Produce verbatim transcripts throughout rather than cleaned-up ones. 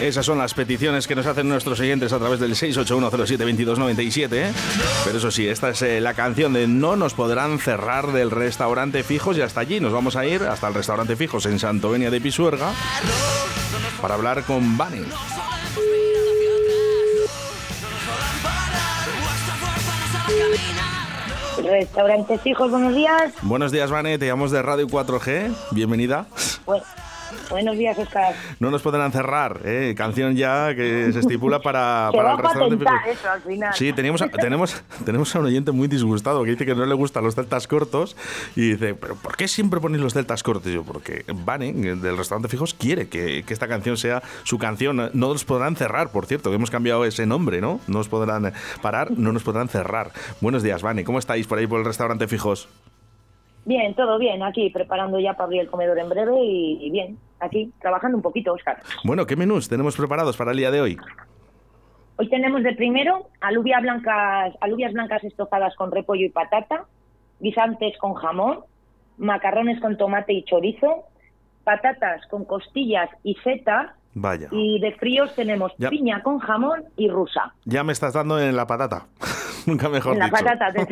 Esas son las peticiones que nos hacen nuestros oyentes a través del seis ocho uno cero siete dos dos nueve siete, ¿eh? Pero eso sí, esta es eh, la canción de No nos podrán cerrar del restaurante Fijos, y hasta allí nos vamos a ir, hasta el restaurante Fijos en Santovenia de Pisuerga, para hablar con Vane. Restaurante Fijos, buenos días. Buenos días, Vane, te llamamos de Radio cuatro G, bienvenida. Bueno, buenos días, Óscar. No nos podrán cerrar, ¿eh? Canción ya que se estipula para, se para va el restaurante a patentar Fijos. eso al final. Sí, teníamos a, tenemos, tenemos a un oyente muy disgustado que dice que no le gustan los celtas cortos y dice, ¿pero por qué siempre ponéis los celtas cortos? Y yo, porque Vane, del restaurante Fijos, quiere que, que esta canción sea su canción. No nos podrán cerrar, por cierto, que hemos cambiado ese nombre, ¿no? No nos podrán parar, no nos podrán cerrar. Buenos días, Vane, ¿cómo estáis por ahí por el restaurante Fijos? Bien, todo bien, aquí preparando ya para abrir el comedor en breve y, y bien, aquí trabajando un poquito, Óscar. Bueno, ¿qué menús tenemos preparados para el día de hoy? Hoy tenemos de primero alubias blancas, alubias blancas estofadas con repollo y patata, guisantes con jamón, macarrones con tomate y chorizo, patatas con costillas y setas. Vaya. Y de fríos tenemos ya. piña con jamón y rusa. Ya me estás dando en la patata. Nunca mejor en dicho. En la patata.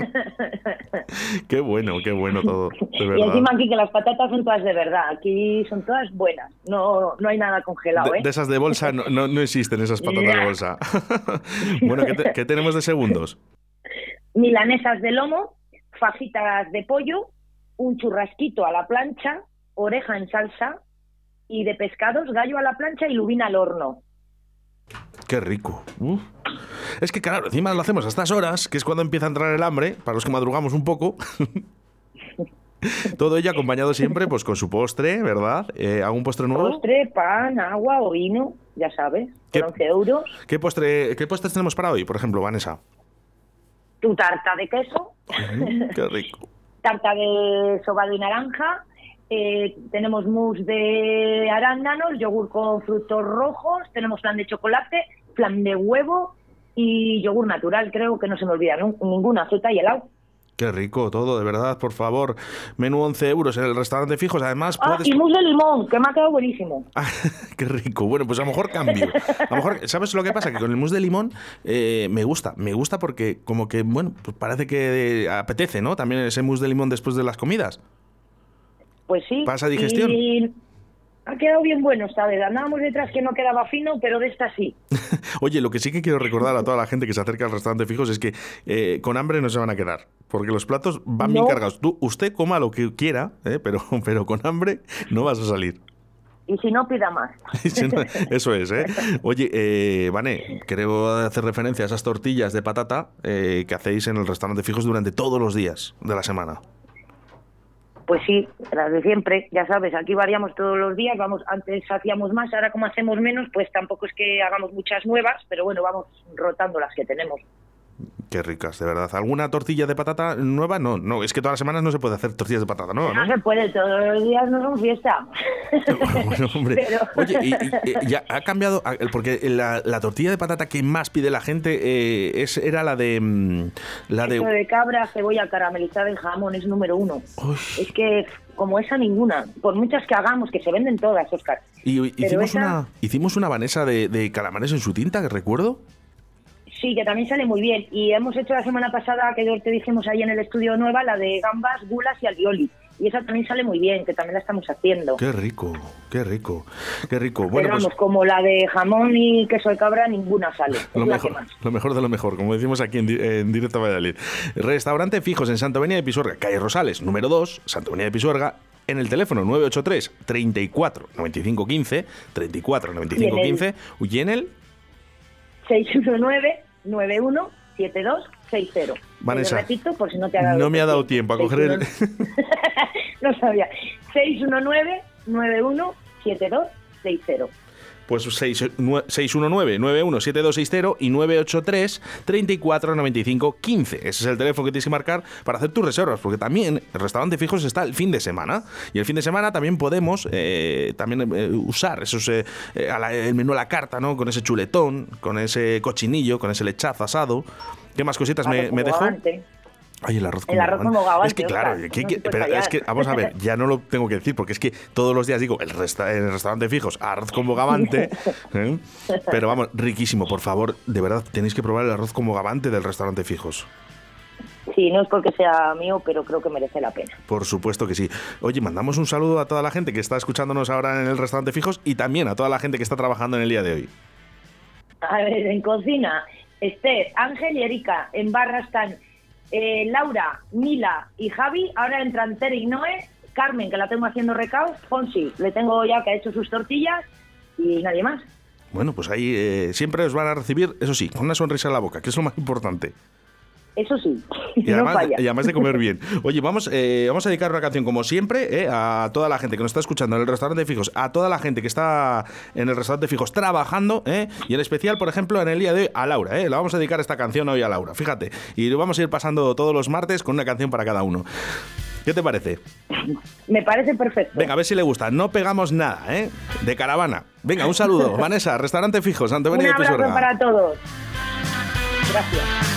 Qué bueno, qué bueno todo. De verdad. Y encima aquí que las patatas son todas de verdad. Aquí son todas buenas. No, no hay nada congelado, de, ¿eh? De esas de bolsa no, no, no existen esas patatas de bolsa. Bueno, ¿qué, te, ¿qué tenemos de segundos? Milanesas de lomo, fajitas de pollo, un churrasquito a la plancha, oreja en salsa, y de pescados, gallo a la plancha y lubina al horno. ¡Qué rico! Uf. Es que claro, encima lo hacemos a estas horas, que es cuando empieza a entrar el hambre, para los que madrugamos un poco. Todo ello acompañado siempre pues con su postre, ¿verdad? Eh, ¿Algún postre nuevo? Postre, pan, agua o vino, ya sabes, por once euros. ¿Qué postre, qué postres tenemos para hoy, por ejemplo, Vanessa? Tu tarta de queso. Mm, ¡qué rico! Tarta de sobado y naranja. Eh, tenemos mousse de arándanos, yogur con frutos rojos, tenemos flan de chocolate, flan de huevo y yogur natural, creo que no se me olvida ¿no? ninguna, fruta y helado. Qué rico todo, de verdad, por favor. Menú once euros en el restaurante Fijos, además ah, puedes... y mousse de limón, que me ha quedado buenísimo. Ah, qué rico. Bueno, pues a lo mejor cambio. A lo mejor, ¿sabes lo que pasa? Que con el mousse de limón eh, me gusta, me gusta porque como que, bueno, pues parece que apetece, ¿no? También ese mousse de limón después de las comidas. Pues sí. ¿Pasa digestión? Y ha quedado bien bueno esta vez. Andábamos detrás que no quedaba fino, pero de esta sí. Oye, lo que sí que quiero recordar a toda la gente que se acerca al restaurante Fijos es que eh, con hambre no se van a quedar, porque los platos van no. bien cargados. Tú, usted coma lo que quiera, eh, pero, pero con hambre no vas a salir. Y si no, pida más. Eso es, ¿eh? Oye, eh, Vane, creo hacer referencia a esas tortillas de patata eh, que hacéis en el restaurante Fijos durante todos los días de la semana. Pues sí, las de siempre, ya sabes, aquí variamos todos los días, vamos, antes hacíamos más, ahora como hacemos menos, pues tampoco es que hagamos muchas nuevas, pero bueno, vamos rotando las que tenemos. Qué ricas, de verdad. ¿Alguna tortilla de patata nueva? No, no, es que todas las semanas no se puede hacer tortillas de patata, ¿no? No, no se puede, todos los días no son fiesta. Bueno, hombre. Pero... Oye, y, y, ya ha cambiado, porque la, la tortilla de patata que más pide la gente eh, es era la de... La de... de cabra, cebolla caramelizada y jamón, es número uno. Uy. Es que como esa ninguna, por muchas que hagamos, que se venden todas, Óscar. Y hicimos, esa... una, hicimos una Vanessa de, de calamares en su tinta, que recuerdo. Sí, que también sale muy bien. Y hemos hecho la semana pasada, que te dijimos ahí en el estudio nueva, la de gambas, gulas y albioli. Y esa también sale muy bien, que también la estamos haciendo. Qué rico, qué rico, qué rico. Pero bueno, vamos, pues, como la de jamón y queso de cabra, ninguna sale. Lo mejor, lo mejor de lo mejor, como decimos aquí en, en Directo a Valladolid. Restaurante Fijos en Santovenia de Pisuerga, calle Rosales, número dos, Santovenia de Pisuerga, en el teléfono nueve ocho tres, treinta y cuatro, noventa y cinco quince, treinta y cuatro, noventa y cinco quince, y en el seis uno nueve, nueve uno siete dos seis cero. Vanessa, repito, por si no, te ha dado no me ha dado tiempo a coger el... No sabía. seis uno nueve, nueve uno siete dos seis cero. Pues seis uno nueve, nueve uno siete dos seis cero y nueve ocho tres, treinta y cuatro, noventa y cinco, quince. Ese es el teléfono que tienes que marcar para hacer tus reservas, porque también el restaurante Fijos está el fin de semana. Y el fin de semana también podemos eh, también eh, usar esos eh, el menú a la carta, ¿no? Con ese chuletón, con ese cochinillo, con ese lechazo asado. ¿Qué más cositas me, me dejo? Ay, el arroz con El arroz con bogavante. bogavante, Es que, claro, ostras, que- no que- se puede pero fallar. es que, vamos a ver, ya no lo tengo que decir, porque es que todos los días digo, el resta- en el restaurante fijos, arroz con bogavante, ¿eh? Pero vamos, riquísimo, por favor, de verdad, tenéis que probar el arroz con bogavante del restaurante fijos. Sí, no es porque sea mío, pero creo que merece la pena. Por supuesto que sí. Oye, mandamos un saludo a toda la gente que está escuchándonos ahora en el restaurante fijos y también a toda la gente que está trabajando en el día de hoy. A ver, en cocina, Esther, Ángel y Erika. En barra están eh, Laura, Mila y Javi. Ahora entran Tere y Noé. Carmen, que la tengo haciendo recaos. Fonsi, le tengo ya que ha hecho sus tortillas. Y nadie más. Bueno, pues ahí eh, siempre os van a recibir, eso sí, con una sonrisa en la boca, que es lo más importante. Eso sí, Y no además, falla. y además de comer bien. Oye, vamos, eh, vamos a dedicar una canción, como siempre, eh, a toda la gente que nos está escuchando en el restaurante fijos, a toda la gente que está en el restaurante fijos trabajando, eh, y en especial, por ejemplo, en el día de hoy, a Laura. Eh, la vamos a dedicar esta canción hoy a Laura, fíjate. Y lo vamos a ir pasando todos los martes con una canción para cada uno. ¿Qué te parece? Me parece perfecto. Venga, a ver si le gusta. No pegamos nada, ¿eh? De caravana. Venga, un saludo. Vanessa, restaurante fijos, Santa Un María de abrazo Pisuerga. para todos. Gracias.